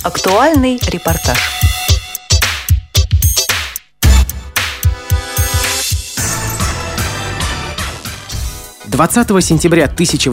Актуальный репортаж. Сентября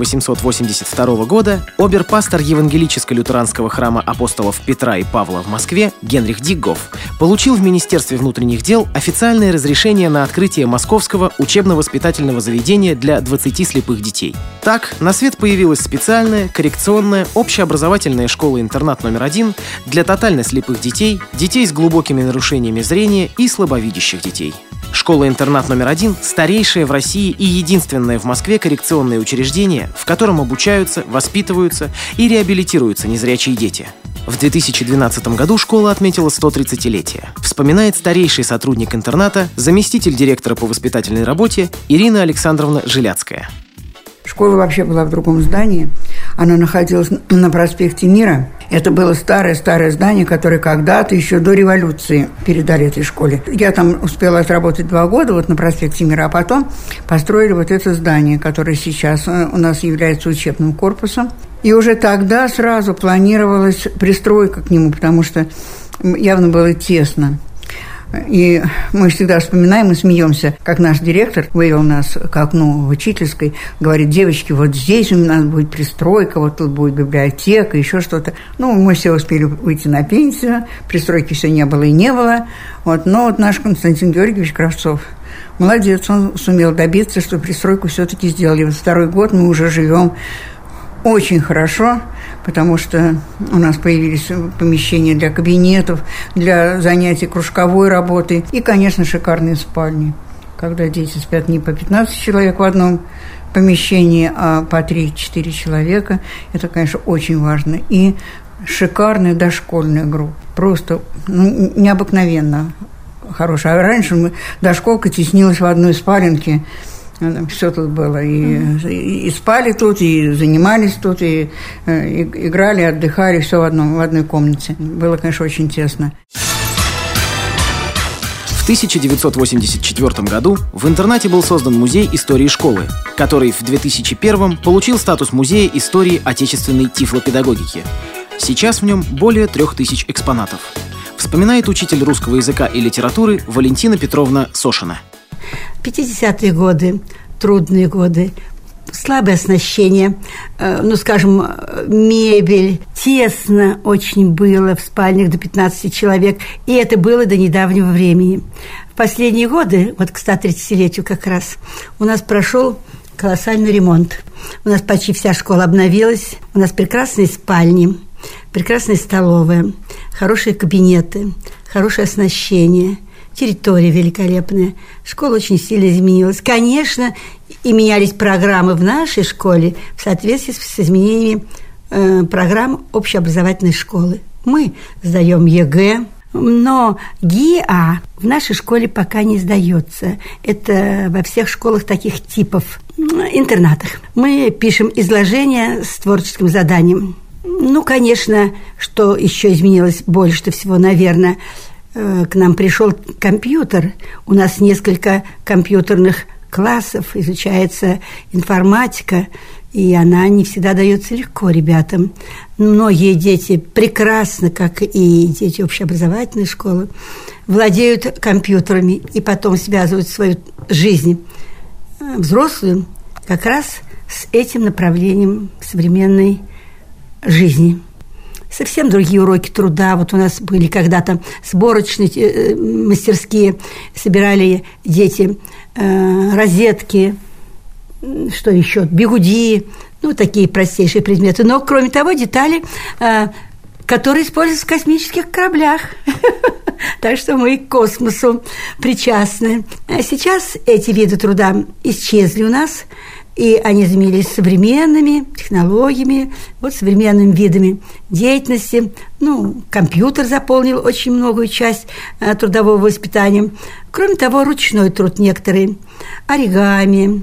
1882 года оберпастор Евангелическо-лютеранского храма апостолов Петра и Павла в Москве Генрих Диггоф получил в Министерстве внутренних дел официальное разрешение на открытие Московского учебно-воспитательного заведения для 20 слепых детей. Так, на свет появилась специальная, коррекционная, общеобразовательная школа-интернат номер 1 для тотально слепых детей, детей с глубокими нарушениями зрения и слабовидящих детей. Школа-интернат номер 1 – старейшее в России и единственное в Москве коррекционное учреждение, в котором обучаются, воспитываются и реабилитируются незрячие дети. В 2012 году школа отметила 130-летие. Вспоминает старейший сотрудник интерната, заместитель директора по воспитательной работе Ирина Александровна Жиляцкая. Школа вообще была в другом здании. Она находилась на проспекте Мира. Это было старое здание, которое когда-то, еще до революции, передали этой школе. Я там успела отработать 2 года вот на проспекте Мира, а потом построили вот это здание, которое сейчас у нас является учебным корпусом. И уже тогда сразу планировалась пристройка к нему, потому что явно было тесно. И мы всегда вспоминаем и смеемся, как наш директор вывел нас к окну в учительской, говорит: девочки, вот здесь у нас будет пристройка, вот тут будет библиотека, еще что-то. Ну, мы все успели выйти на пенсию, пристройки все не было и не было. Вот, но вот наш Константин Георгиевич Кравцов молодец, он сумел добиться, что пристройку все-таки сделали. Вот 2-й год мы уже живем очень хорошо, потому что у нас появились помещения для кабинетов, для занятий кружковой работы и, конечно, шикарные спальни, когда дети спят не по 15 человек в одном помещении, а по 3-4 человека. Это, конечно, очень важно. И шикарная дошкольная группа, просто необыкновенно хорошая. А раньше дошколка теснилась в одной спаленке. Все тут было. И спали тут, и занимались тут, и играли, отдыхали, все в одной комнате. Было, конечно, очень тесно. В 1984 году в интернате был создан музей истории школы, который в 2001 получил статус музея истории отечественной тифлопедагогики. Сейчас в нем более 3000 экспонатов. Вспоминает учитель русского языка и литературы Валентина Петровна Сошина. 50-е годы, трудные годы, слабое оснащение, скажем, мебель, тесно очень было в спальнях до 15 человек, и это было до недавнего времени. В последние годы, вот к 130-летию как раз, у нас прошел колоссальный ремонт. У нас почти вся школа обновилась, у нас прекрасные спальни, прекрасная столовая, хорошие кабинеты, хорошее оснащение – территория великолепная. Школа очень сильно изменилась. Конечно, и менялись программы в нашей школе в соответствии с изменениями программ общеобразовательной школы. Мы сдаем ЕГЭ, но ГИА в нашей школе пока не сдается. Это во всех школах таких типов, интернатах. Мы пишем изложения с творческим заданием. Конечно, что еще изменилось больше всего, наверное, к нам пришел компьютер. У нас несколько компьютерных классов, изучается информатика, и она не всегда дается легко ребятам. Многие дети прекрасно, как и дети общеобразовательной школы, владеют компьютерами и потом связывают свою жизнь взрослую как раз с этим направлением современной жизни. Совсем другие уроки труда. Вот у нас были когда-то сборочные мастерские, собирали дети розетки, что еще, бигуди, такие простейшие предметы. Но, кроме того, детали, которые используются в космических кораблях. Так что мы к космосу причастны. А сейчас эти виды труда исчезли у нас, и они заменились современными технологиями, современными видами деятельности. Компьютер заполнил очень многую часть трудового воспитания. Кроме того, ручной труд некоторые, оригами,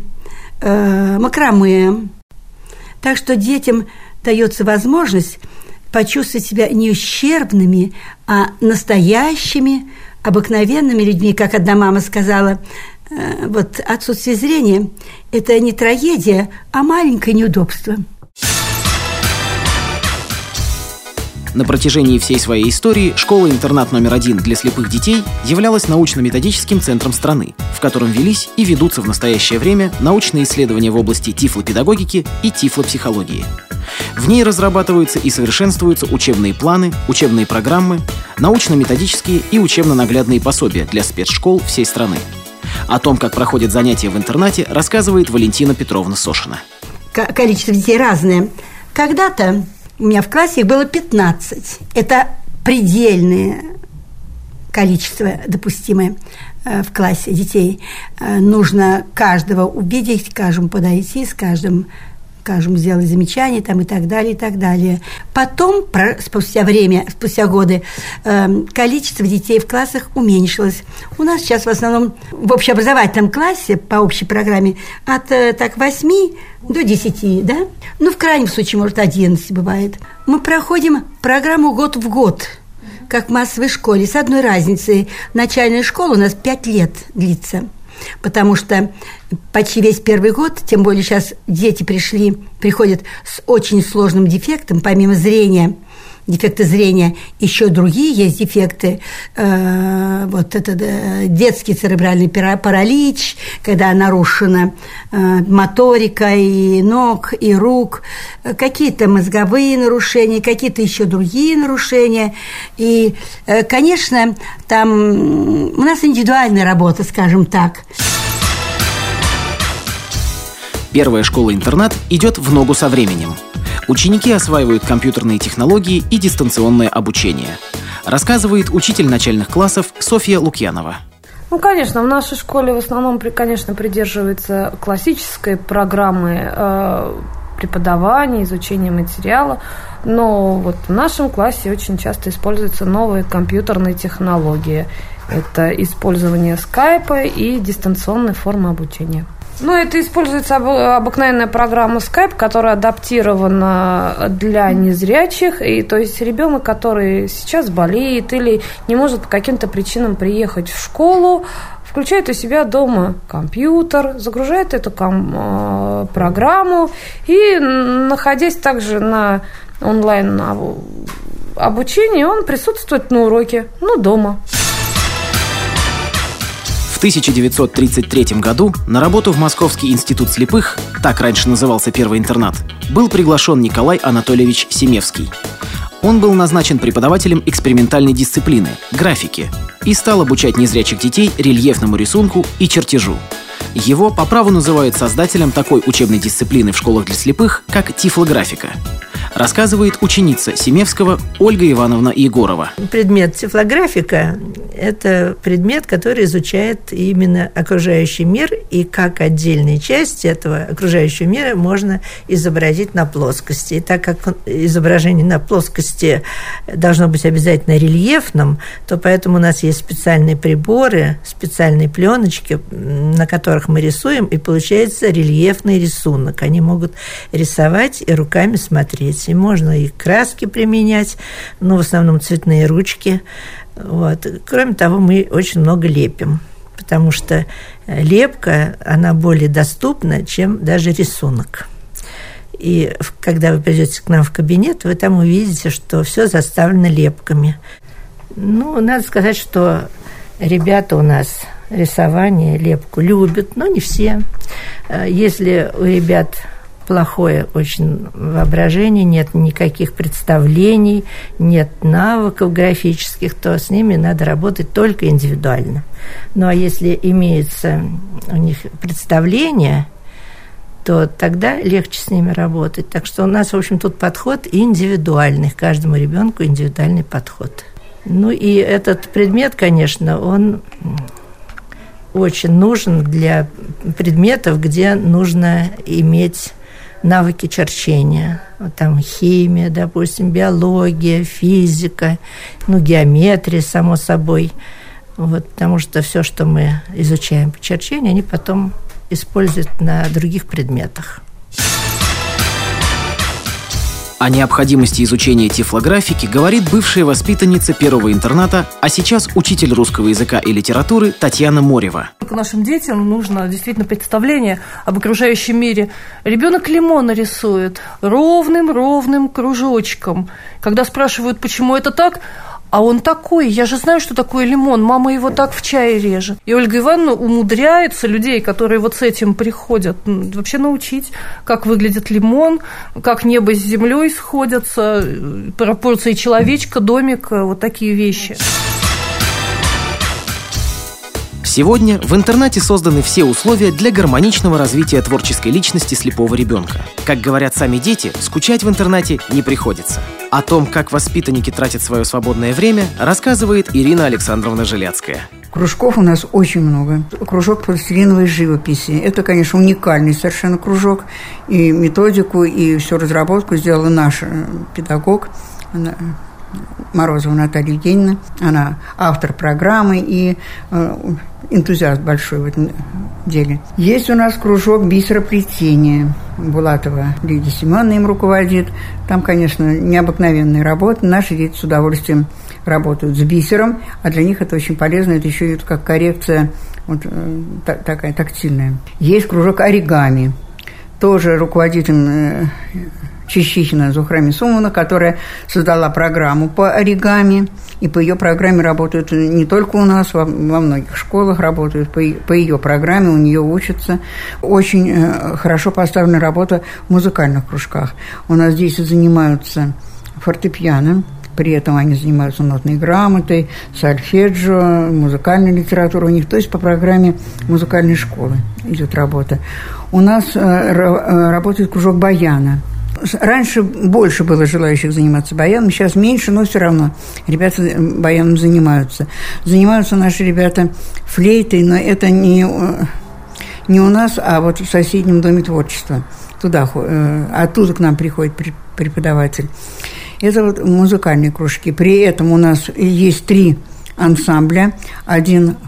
макраме. Так что детям дается возможность почувствовать себя не ущербными, а настоящими, обыкновенными людьми, как одна мама сказала. Отсутствие зрения – это не трагедия, а маленькое неудобство. На протяжении всей своей истории школа-интернат номер 1 для слепых детей являлась научно-методическим центром страны, в котором велись и ведутся в настоящее время научные исследования в области тифлопедагогики и тифлопсихологии. В ней разрабатываются и совершенствуются учебные планы, учебные программы, научно-методические и учебно-наглядные пособия для спецшкол всей страны. О том, как проходят занятия в интернате, рассказывает Валентина Петровна Сошина. Количество детей разное. Когда-то у меня в классе их было 15. Это предельное количество допустимое в классе детей. Нужно каждого увидеть, каждому подойти, с каждым сделать замечание там, и так далее, и так далее. Потом, спустя годы, количество детей в классах уменьшилось. У нас сейчас в основном в общеобразовательном классе по общей программе от 8 до 10, да? Ну, в крайнем случае, может, 11 бывает. Мы проходим программу год в год, как в массовой школе, с одной разницей. Начальная школа у нас 5 лет длится. Потому что почти весь первый год, тем более сейчас дети приходят с очень сложным дефектом, помимо дефекта зрения, еще другие есть дефекты. Детский церебральный паралич, когда нарушена моторика и ног, и рук, какие-то мозговые нарушения, какие-то еще другие нарушения. И, конечно, там у нас индивидуальная работа, скажем так. Первая школа-интернат идет в ногу со временем. Ученики осваивают компьютерные технологии и дистанционное обучение. Рассказывает учитель начальных классов Софья Лукьянова. Ну, конечно, в нашей школе в основном, конечно, придерживается классической программы преподавания, изучения материала, но вот в нашем классе очень часто используются новые компьютерные технологии. Это использование скайпа и дистанционной формы обучения. Ну, это используется обыкновенная программа Skype, которая адаптирована для незрячих. И, то есть ребенок, который сейчас болеет или не может по каким-то причинам приехать в школу, включает у себя дома компьютер, загружает эту программу и, находясь также на онлайн обучении, он присутствует на уроке, дома. В 1933 году на работу в Московский институт слепых, так раньше назывался первый интернат, был приглашен Николай Анатольевич Семевский. Он был назначен преподавателем экспериментальной дисциплины – графики, и стал обучать незрячих детей рельефному рисунку и чертежу. Его по праву называют создателем такой учебной дисциплины в школах для слепых, как тифлографика. Рассказывает ученица Семевского Ольга Ивановна Егорова. Предмет тифлографика – это предмет, который изучает именно окружающий мир, и как отдельные части этого окружающего мира можно изобразить на плоскости. И так как изображение на плоскости должно быть обязательно рельефным, то поэтому у нас есть специальные приборы, специальные пленочки, на которых мы рисуем, и получается рельефный рисунок. Они могут рисовать и руками смотреть. И можно и краски применять, но в основном цветные ручки. Вот. Кроме того, мы очень много лепим, потому что лепка, она более доступна, чем даже рисунок. И когда вы придете к нам в кабинет, вы там увидите, что все заставлено лепками. Надо сказать, что ребята у нас рисование, лепку любят, но не все. Если у ребят плохое очень воображение, нет никаких представлений, нет навыков графических, то с ними надо работать только индивидуально. А если имеется у них представление, то тогда легче с ними работать. Так что у нас, в общем, тут подход индивидуальный, к каждому ребенку индивидуальный подход. И этот предмет, конечно, он очень нужен для предметов, где нужно иметь навыки черчения. Там химия, допустим, биология, физика, геометрия, само собой. Потому что все, что мы изучаем по черчению, они потом используют на других предметах. О необходимости изучения тифлографики говорит бывшая воспитанница первого интерната, а сейчас учитель русского языка и литературы Татьяна Морева. Нашим детям нужно действительно представление об окружающем мире. Ребенок лимон рисует ровным кружочком. Когда спрашивают, почему это так, а он такой, я же знаю, что такое лимон, мама его так в чае режет. И Ольга Ивановна умудряется людей, которые вот с этим приходят, вообще научить, как выглядит лимон, как небо с землей сходятся, пропорции человечка, домика, вот такие вещи. Сегодня в интернате созданы все условия для гармоничного развития творческой личности слепого ребенка. Как говорят сами дети, скучать в интернате не приходится. О том, как воспитанники тратят свое свободное время, рассказывает Ирина Александровна Жиляцкая. Кружков у нас очень много. Кружок пластилиновой живописи. Это, конечно, уникальный совершенно кружок. И методику, и всю разработку сделала наш педагог Морозова Наталья Евгеньевна. Она автор программы и энтузиаст большой в этом деле. Есть у нас кружок бисероплетения. Булатова Лидия Семеновна им руководит. Там, конечно, необыкновенная работа. Наши дети с удовольствием работают с бисером, а для них это очень полезно. Это еще и как коррекция вот, такая тактильная. Есть кружок оригами. Тоже руководит им Чищихина Зухра Мисумовна, которая создала программу по оригами. И по ее программе работают не только у нас, во многих школах работают. По ее программе у нее учатся. Очень хорошо поставлена работа в музыкальных кружках. У нас дети занимаются фортепиано. При этом они занимаются нотной грамотой, сольфеджио, музыкальной литературой у них. То есть по программе музыкальной школы идет работа. У нас работает кружок баяна. Раньше больше было желающих заниматься баяном, сейчас меньше, но все равно ребята баяном занимаются. Занимаются наши ребята флейтой, но это не у нас, а вот в соседнем доме творчества. Оттуда к нам приходит преподаватель. Это вот музыкальные кружки. При этом у нас есть 3 ансамбля. Один,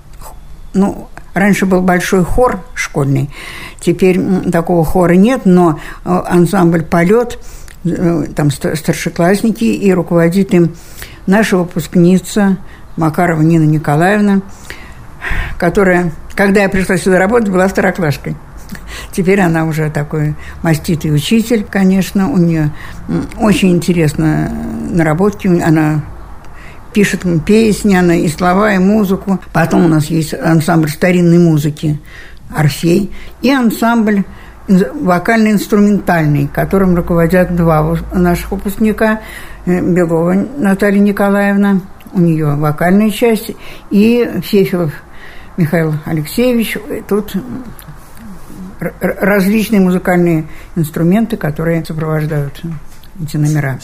раньше был большой хор школьный, теперь такого хора нет, но ансамбль «Полет», там старшеклассники, и руководит им наша выпускница Макарова Нина Николаевна, которая, когда я пришла сюда работать, была второклашкой. Теперь она уже такой маститый учитель, конечно, у нее очень интересно наработки, она пишет песни, она и слова, и музыку. Потом у нас есть ансамбль старинной музыки «Орфей» и ансамбль вокально-инструментальный, которым руководят 2 наших выпускника, Белова Наталья Николаевна, у нее вокальная часть, и Фефилов Михаил Алексеевич. Тут различные музыкальные инструменты, которые сопровождают эти номера.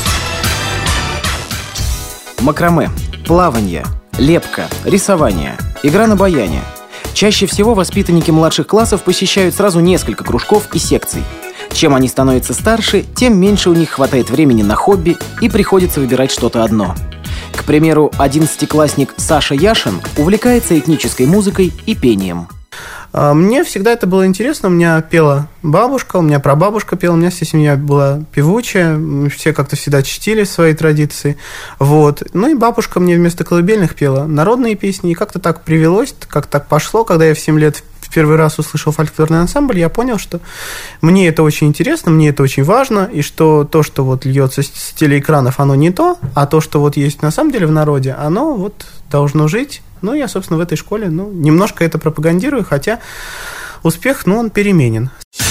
Макраме, плавание, лепка, рисование, игра на баяне. Чаще всего воспитанники младших классов посещают сразу несколько кружков и секций. Чем они становятся старше, тем меньше у них хватает времени на хобби и приходится выбирать что-то одно. К примеру, 11-классник Саша Яшин увлекается этнической музыкой и пением. Мне всегда это было интересно. У меня пела бабушка, у меня прабабушка пела, у меня вся семья была певучая, все как-то всегда чтили свои традиции. Вот. Ну и бабушка мне вместо колыбельных пела народные песни, и как-то так привелось, как так пошло. Когда я в 7 лет в первый раз услышал фольклорный ансамбль, я понял, что мне это очень интересно, мне это очень важно, и что то, что вот льется с телеэкранов, оно не то, а то, что вот есть на самом деле в народе, оно вот должно жить. Ну, я, собственно, в этой школе, немножко это пропагандирую, хотя успех, он переменен.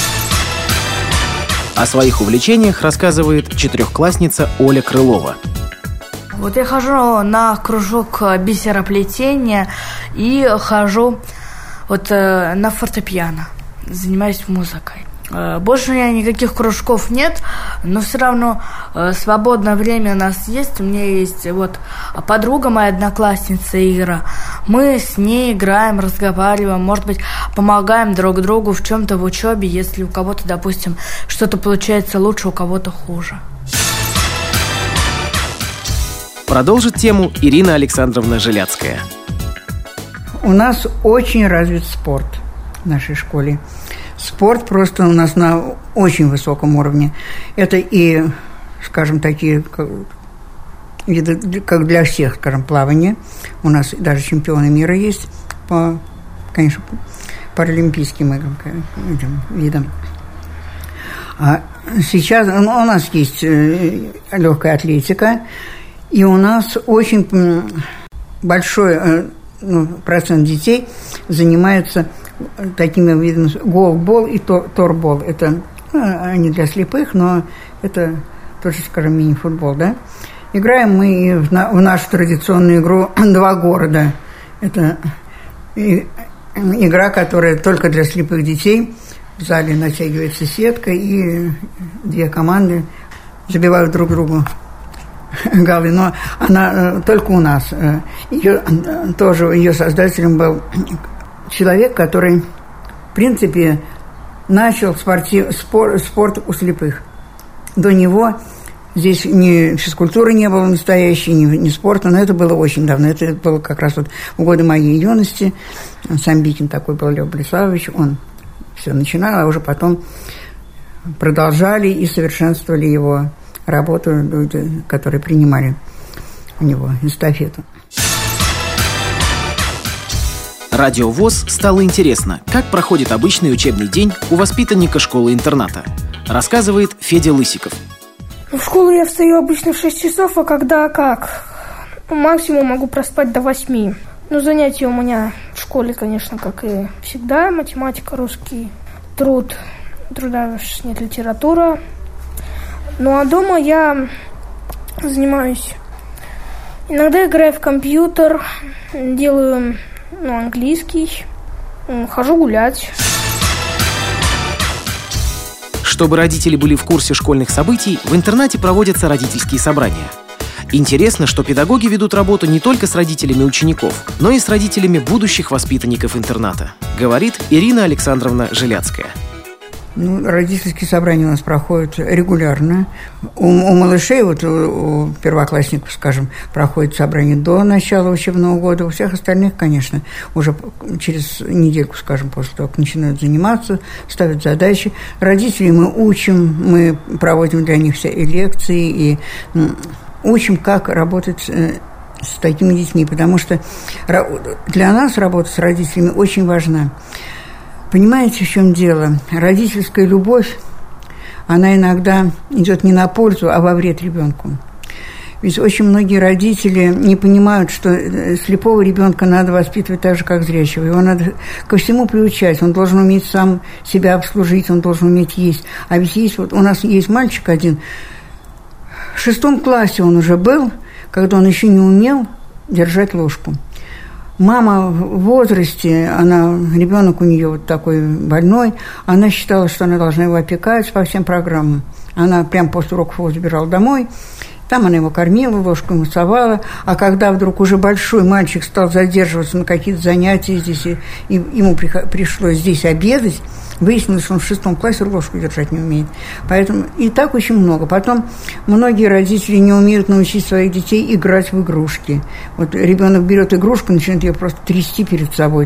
О своих увлечениях рассказывает 4-классница Оля Крылова. Вот я хожу на кружок бисероплетения и хожу на фортепиано, занимаюсь музыкой. Больше у меня никаких кружков нет, но все равно свободное время у нас есть. У меня есть подруга, моя одноклассница Ира. Мы с ней играем, разговариваем, может быть, помогаем друг другу в чем-то в учебе, если у кого-то, допустим, что-то получается лучше, у кого-то хуже. Продолжит тему Ирина Александровна У нас очень развит спорт в нашей школе. спорт просто у нас на очень высоком уровне. Это и, скажем, такие виды, как для всех, скажем, плавание. У нас даже чемпионы мира есть по, конечно, паралимпийским видам. А сейчас у нас есть легкая атлетика, и у нас очень большой процент детей занимается такими видами голбол и торбол. Это они для слепых, но это тоже, скажем, мини-футбол, да? Играем мы в нашу традиционную игру «Два города». Это игра, которая только для слепых детей. В зале натягивается сетка, и две команды забивают друг другу голы. Но она только у нас. Ее создателем был человек, который, в принципе, начал спорт у слепых. До него здесь ни физкультуры не было настоящей, ни спорта, но это было очень давно. Это было как раз вот в годы моей юности. Самбикин такой был, Лев Бориславович, он все начинал, а уже потом продолжали и совершенствовали его работу люди, которые принимали у него эстафету. Радио ВОС стало интересно, как проходит обычный учебный день у воспитанника школы-интерната. Рассказывает Федя Лысиков. В школу я встаю обычно в 6 часов, а когда как? Максимум могу проспать до 8. Занятия у меня в школе, конечно, как и всегда. Математика, русский, труда нет, литература. А дома я занимаюсь. Иногда играю в компьютер, делаю английский, хожу гулять. Чтобы родители были в курсе школьных событий, в интернате проводятся родительские собрания. Интересно, что педагоги ведут работу не только с родителями учеников, но и с родителями будущих воспитанников интерната, говорит Ирина Александровна Жиляцкая. Родительские собрания у нас проходят регулярно. У малышей, у первоклассников, скажем, проходит собрание до начала учебного года. У всех остальных, конечно, уже через недельку, скажем, после того, как начинают заниматься, ставят задачи. Родителей мы учим, мы проводим для них все и лекции, и учим, как работать с такими детьми, потому что для нас работа с родителями очень важна. Понимаете, в чем дело? Родительская любовь, она иногда идет не на пользу, а во вред ребенку. Ведь очень многие родители не понимают, что слепого ребенка надо воспитывать так же, как зрячего. Его надо ко всему приучать. Он должен уметь сам себя обслужить, он должен уметь есть. А ведь есть, у нас есть мальчик один, в 6 классе он уже был, когда он еще не умел держать ложку. Мама в возрасте, ребенок у нее такой больной, она считала, что она должна его опекать по всем программам. Она прямо после уроков его забирала домой, там она его кормила, ложку ему совала, а когда вдруг уже большой мальчик стал задерживаться на какие-то занятия здесь, и ему пришлось здесь обедать, выяснилось, что он в 6 классе ложку держать не умеет. Поэтому и так очень много. Потом многие родители не умеют научить своих детей играть в игрушки. Ребенок берет игрушку, начинает ее просто трясти перед собой,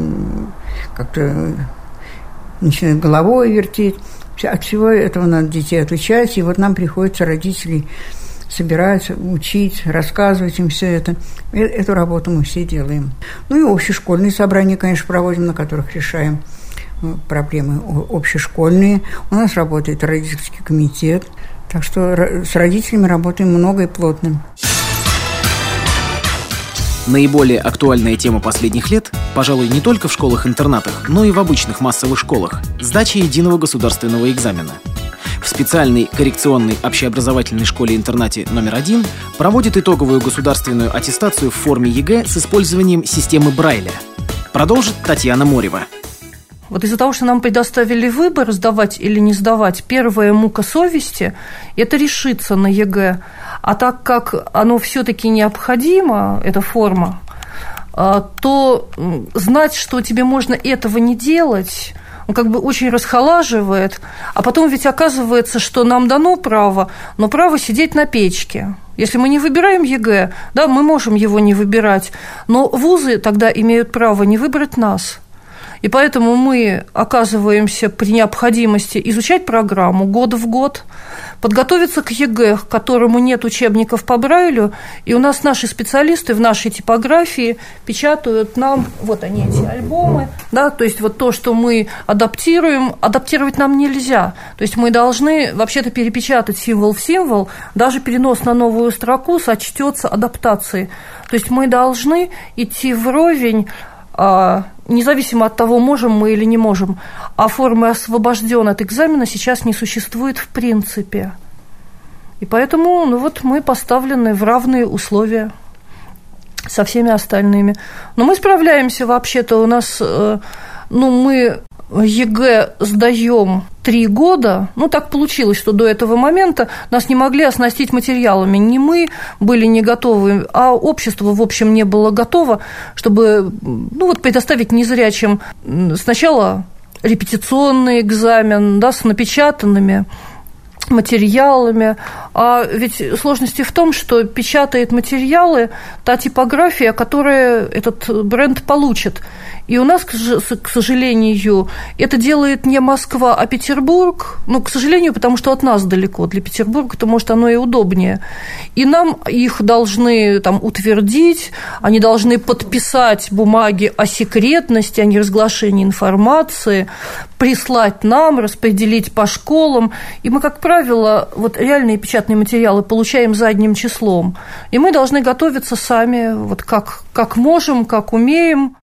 как-то начинает головой вертеть. От всего этого надо детей отучать. И нам приходится родителей собирать, учить, рассказывать им все это. Эту работу мы все делаем. И общешкольные собрания, конечно, проводим, на которых решаем проблемы общешкольные. У нас работает родительский комитет. Так что с родителями работаем много и плотно. Наиболее актуальная тема последних лет, пожалуй, не только в школах-интернатах, но и в обычных массовых школах – сдача единого государственного экзамена. В специальной коррекционной общеобразовательной школе-интернате номер 1 проводит итоговую государственную аттестацию в форме ЕГЭ с использованием системы Брайля. Продолжит Татьяна Морева. Из-за того, что нам предоставили выбор, сдавать или не сдавать, первая мука совести – это решиться на ЕГЭ. А так как оно все-таки необходимо, эта форма, то знать, что тебе можно этого не делать, очень расхолаживает. А потом ведь оказывается, что нам дано право, но право сидеть на печке. Если мы не выбираем ЕГЭ, мы можем его не выбирать, но вузы тогда имеют право не выбрать нас. И И поэтому мы оказываемся при необходимости изучать программу год в год, подготовиться к ЕГЭ, к которому нет учебников по Брайлю, и у нас наши специалисты в нашей типографии печатают нам, вот они, эти альбомы, да, то есть вот то, что мы адаптируем, адаптировать нам нельзя, то есть мы должны вообще-то перепечатать символ в символ, даже перенос на новую строку сочтется адаптацией, то есть мы должны идти вровень, независимо от того, можем мы или не можем, а формы «освобожден от экзамена» сейчас не существует в принципе. И поэтому мы поставлены в равные условия со всеми остальными. Но мы справляемся вообще-то, у нас, мы ЕГЭ сдаем 3 года, так получилось, что до этого момента нас не могли оснастить материалами. Не мы были не готовы, а общество, в общем, не было готово, чтобы предоставить незрячим сначала репетиционный экзамен, с напечатанными материалами. А ведь сложности в том, что печатает материалы та типография, которая этот бренд получит. И у нас, к сожалению, это делает не Москва, а Петербург. К сожалению, потому что от нас далеко. Для Петербурга-то, может, оно и удобнее. И нам их должны утвердить, они должны подписать бумаги о секретности, о неразглашении информации, прислать нам, распределить по школам. И мы, как правило, реальные печатные материалы получаем задним числом. И мы должны готовиться сами, как можем, как умеем.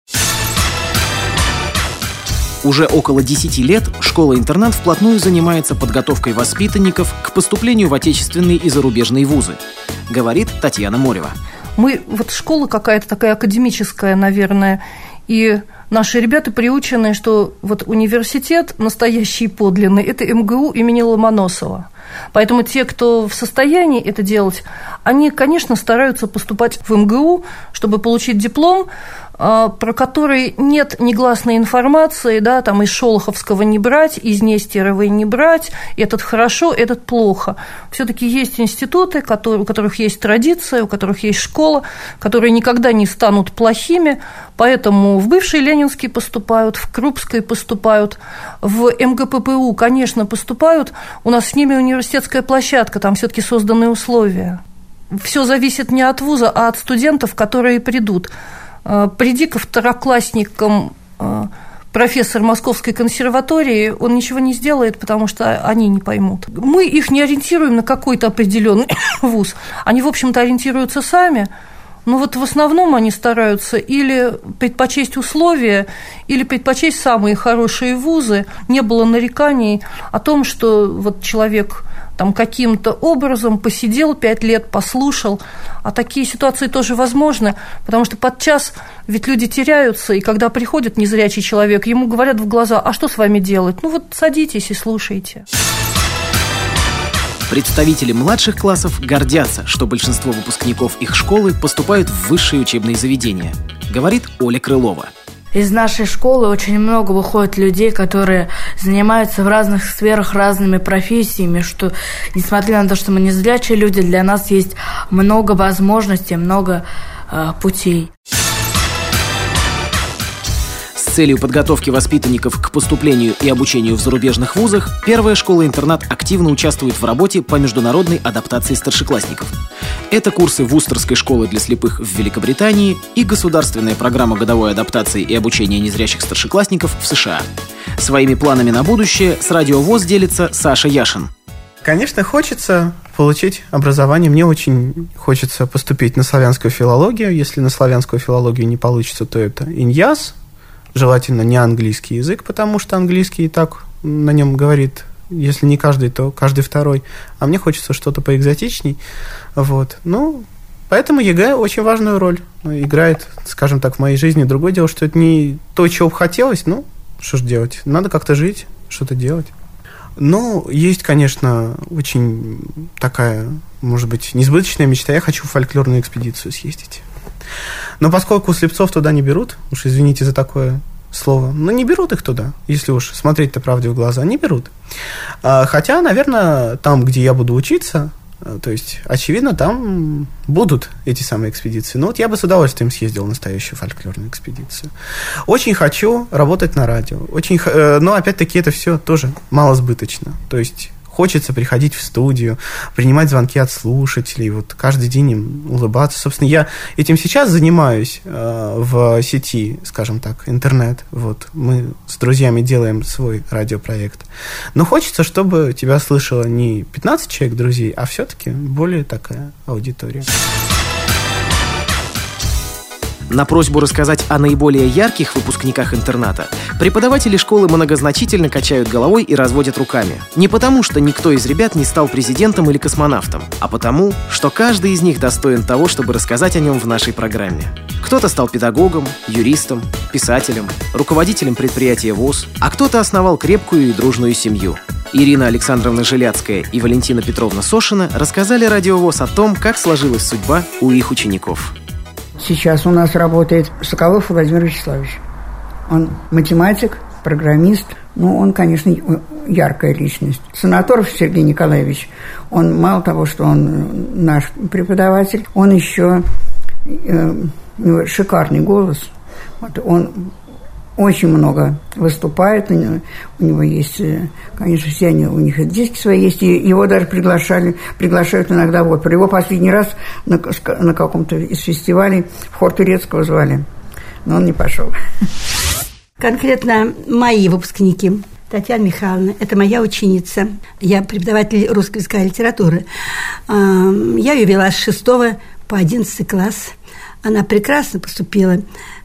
Уже около 10 лет школа-интернат вплотную занимается подготовкой воспитанников к поступлению в отечественные и зарубежные вузы, говорит Татьяна Морева. Мы, школа какая-то такая академическая, наверное, и наши ребята приучены, что университет настоящий, подлинный, это МГУ имени Ломоносова. Поэтому те, кто в состоянии это делать, они, конечно, стараются поступать в МГУ, чтобы получить диплом, про который нет негласной информации, из Шолоховского не брать, из Нестеровой не брать, этот хорошо, этот плохо. Все-таки есть институты, у которых есть традиция, у которых есть школа, которые никогда не станут плохими, поэтому в бывший Ленинский поступают, в Крупской поступают, в МГППУ, конечно, поступают, у нас с ними университетская площадка, там все-таки созданы условия. Все зависит не от вуза, а от студентов, которые придут. Приди ко второклассникам профессор Московской консерватории, он ничего не сделает, потому что они не поймут. Мы их не ориентируем на какой-то определенный вуз. Они, в общем-то, ориентируются сами, но в основном они стараются или предпочесть условия, или предпочесть самые хорошие вузы. Не было нареканий о том, что человек каким-то образом посидел 5 лет, послушал. А такие ситуации тоже возможны, потому что подчас ведь люди теряются, и когда приходит незрячий человек, ему говорят в глаза: а что с вами делать? Садитесь и слушайте. Представители младших классов гордятся, что большинство выпускников их школы поступают в высшие учебные заведения, говорит Оля Крылова. Из нашей школы очень много выходит людей, которые занимаются в разных сферах разными профессиями, что, несмотря на то, что мы незрячие люди, для нас есть много возможностей, много путей. С целью подготовки воспитанников к поступлению и обучению в зарубежных вузах первая школа-интернат активно участвует в работе по международной адаптации старшеклассников. Это курсы Вустерской школы для слепых в Великобритании и государственная программа годовой адаптации и обучения незрячих старшеклассников в США. Своими планами на будущее с Радио ВОС делится Саша Яшин. Конечно, хочется получить образование. Мне очень хочется поступить на славянскую филологию. Если на славянскую филологию не получится, то это иньяз. Желательно не английский язык, потому что английский и так на нем говорит, если не каждый, то каждый второй. А мне хочется что-то поэкзотичней. Поэтому ЕГЭ очень важную роль играет, скажем так, в моей жизни. Другое дело, что это не то, чего бы хотелось, что же делать? Надо как-то жить, что-то делать. Есть, конечно, очень такая, может быть, несбыточная мечта. Я хочу в фольклорную экспедицию съездить. Но поскольку слепцов туда не берут, уж извините за такое слово, не берут их туда, если уж смотреть-то правде в глаза, не берут. Хотя, наверное, там, где я буду учиться, То есть, очевидно, там будут эти самые экспедиции. Но вот я бы с удовольствием съездил в настоящую фольклорную экспедицию. Очень хочу работать на радио. Но, опять-таки, это все тоже малосбыточно. То есть, хочется приходить в студию, принимать звонки от слушателей, вот каждый день им улыбаться. Собственно, я этим сейчас занимаюсь в сети, скажем так, интернет. Вот мы с друзьями делаем свой радиопроект. Но хочется, чтобы тебя слышало не 15 человек друзей, а все-таки более такая аудитория. На просьбу рассказать о наиболее ярких выпускниках интерната преподаватели школы многозначительно качают головой и разводят руками. Не потому, что никто из ребят не стал президентом или космонавтом, а потому, что каждый из них достоин того, чтобы рассказать о нем в нашей программе. Кто-то стал педагогом, юристом, писателем, руководителем предприятия ВУЗ, а кто-то основал крепкую и дружную семью. Ирина Александровна Жиляцкая и Валентина Петровна Сошина рассказали Радио ВОС о том, как сложилась судьба у их учеников. Сейчас у нас работает Соколов Владимир Вячеславович. Он математик, программист. Он, конечно, яркая личность. Санаторов Сергей Николаевич, он мало того, что он наш преподаватель, он еще у него шикарный голос. Вот он очень много выступает, у него есть, конечно, все они, у них диски свои есть, и его даже приглашают иногда в оперу. Его последний раз на каком-то из фестивалей в хор турецкого звали, но он не пошел. Конкретно мои выпускники. Татьяна Михайловна, это моя ученица, я преподаватель русского языка и литературы. Я ее вела с 6 по 11 класс. Она прекрасно поступила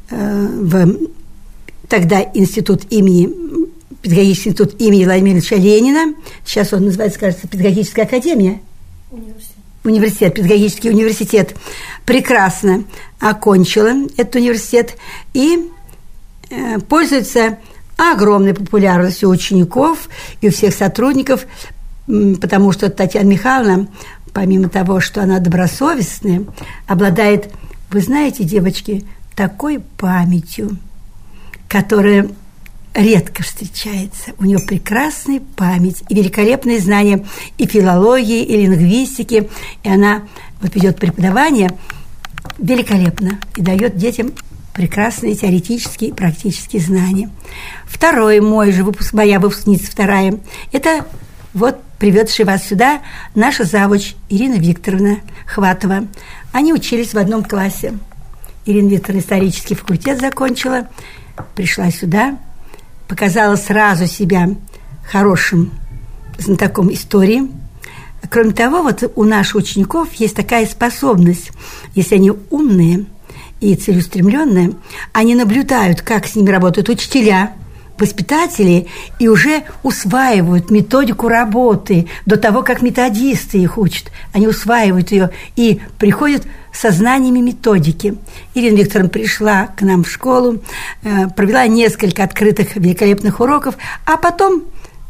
в тогда педагогический институт имени Владимира Ильича Ленина. Сейчас он называется, кажется, Педагогическая академия. Университет, педагогический университет. Прекрасно окончила этот университет и пользуется огромной популярностью у учеников и у всех сотрудников, потому что Татьяна Михайловна, помимо того, что она добросовестная, обладает, вы знаете, девочки, такой памятью, которая редко встречается. У нее прекрасная память и великолепные знания и филологии, и лингвистики. И она вот ведет преподавание великолепно и дает детям прекрасные теоретические и практические знания. Второй моя выпускница вторая, это вот приведшая вас сюда наша завуч Ирина Викторовна Хватова. Они учились в одном классе. Ирина Викторовна исторический факультет закончила, пришла сюда, показала сразу себя хорошим знатоком истории. Кроме того, вот у наших учеников есть такая способность, если они умные и целеустремленные, они наблюдают, как с ними работают учителя, воспитатели, и уже усваивают методику работы до того, как методисты их учат. Они усваивают ее и приходят со знаниями методики. Ирина Викторовна пришла к нам в школу, провела несколько открытых великолепных уроков, а потом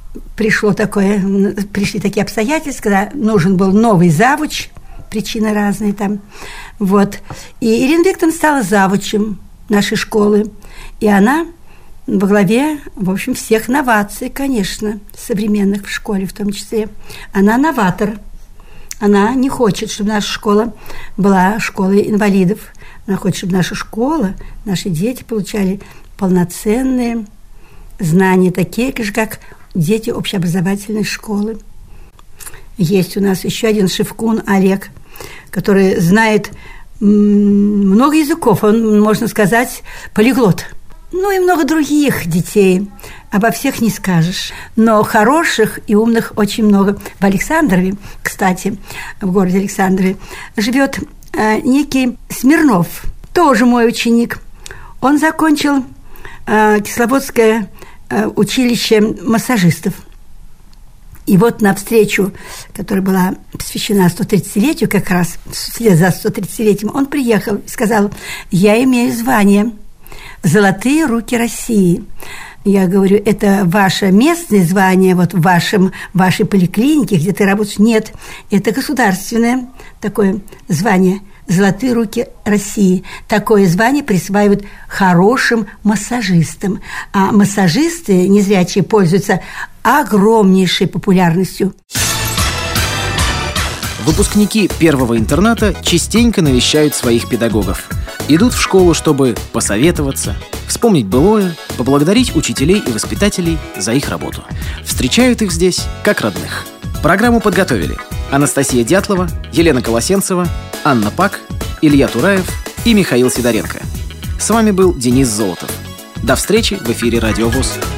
пришли такие обстоятельства, когда нужен был новый завуч, причины разные там. Вот. И Ирина Викторовна стала завучем нашей школы, и она во главе, в общем, всех новаций, конечно, современных в школе в том числе. Она новатор. Она не хочет, чтобы наша школа была школой инвалидов. Она хочет, чтобы наша школа, наши дети получали полноценные знания, такие же, как дети общеобразовательной школы. Есть у нас еще один шевкун Олег, который знает много языков. Он, можно сказать, полиглот. Ну и много других детей. Обо всех не скажешь. Но хороших и умных очень много. В Александрове, кстати, в городе Александрове, живет некий Смирнов, тоже мой ученик. Он закончил Кисловодское училище массажистов. И вот на встречу, которая была посвящена 130-летию, как раз вслед за 130-летием, он приехал и сказал: «Я имею звание «Золотые руки России». Я говорю: это ваше местное звание, вот в вашей поликлинике, где ты работаешь? Нет, это государственное такое звание «Золотые руки России». Такое звание присваивают хорошим массажистам. А массажисты незрячие пользуются огромнейшей популярностью. Выпускники первого интерната частенько навещают своих педагогов. Идут в школу, чтобы посоветоваться, вспомнить былое, поблагодарить учителей и воспитателей за их работу. Встречают их здесь как родных. Программу подготовили Анастасия Дятлова, Елена Колосенцева, Анна Пак, Илья Тураев и Михаил Сидоренко. С вами был Денис Золотов. До встречи в эфире Радио ВОС.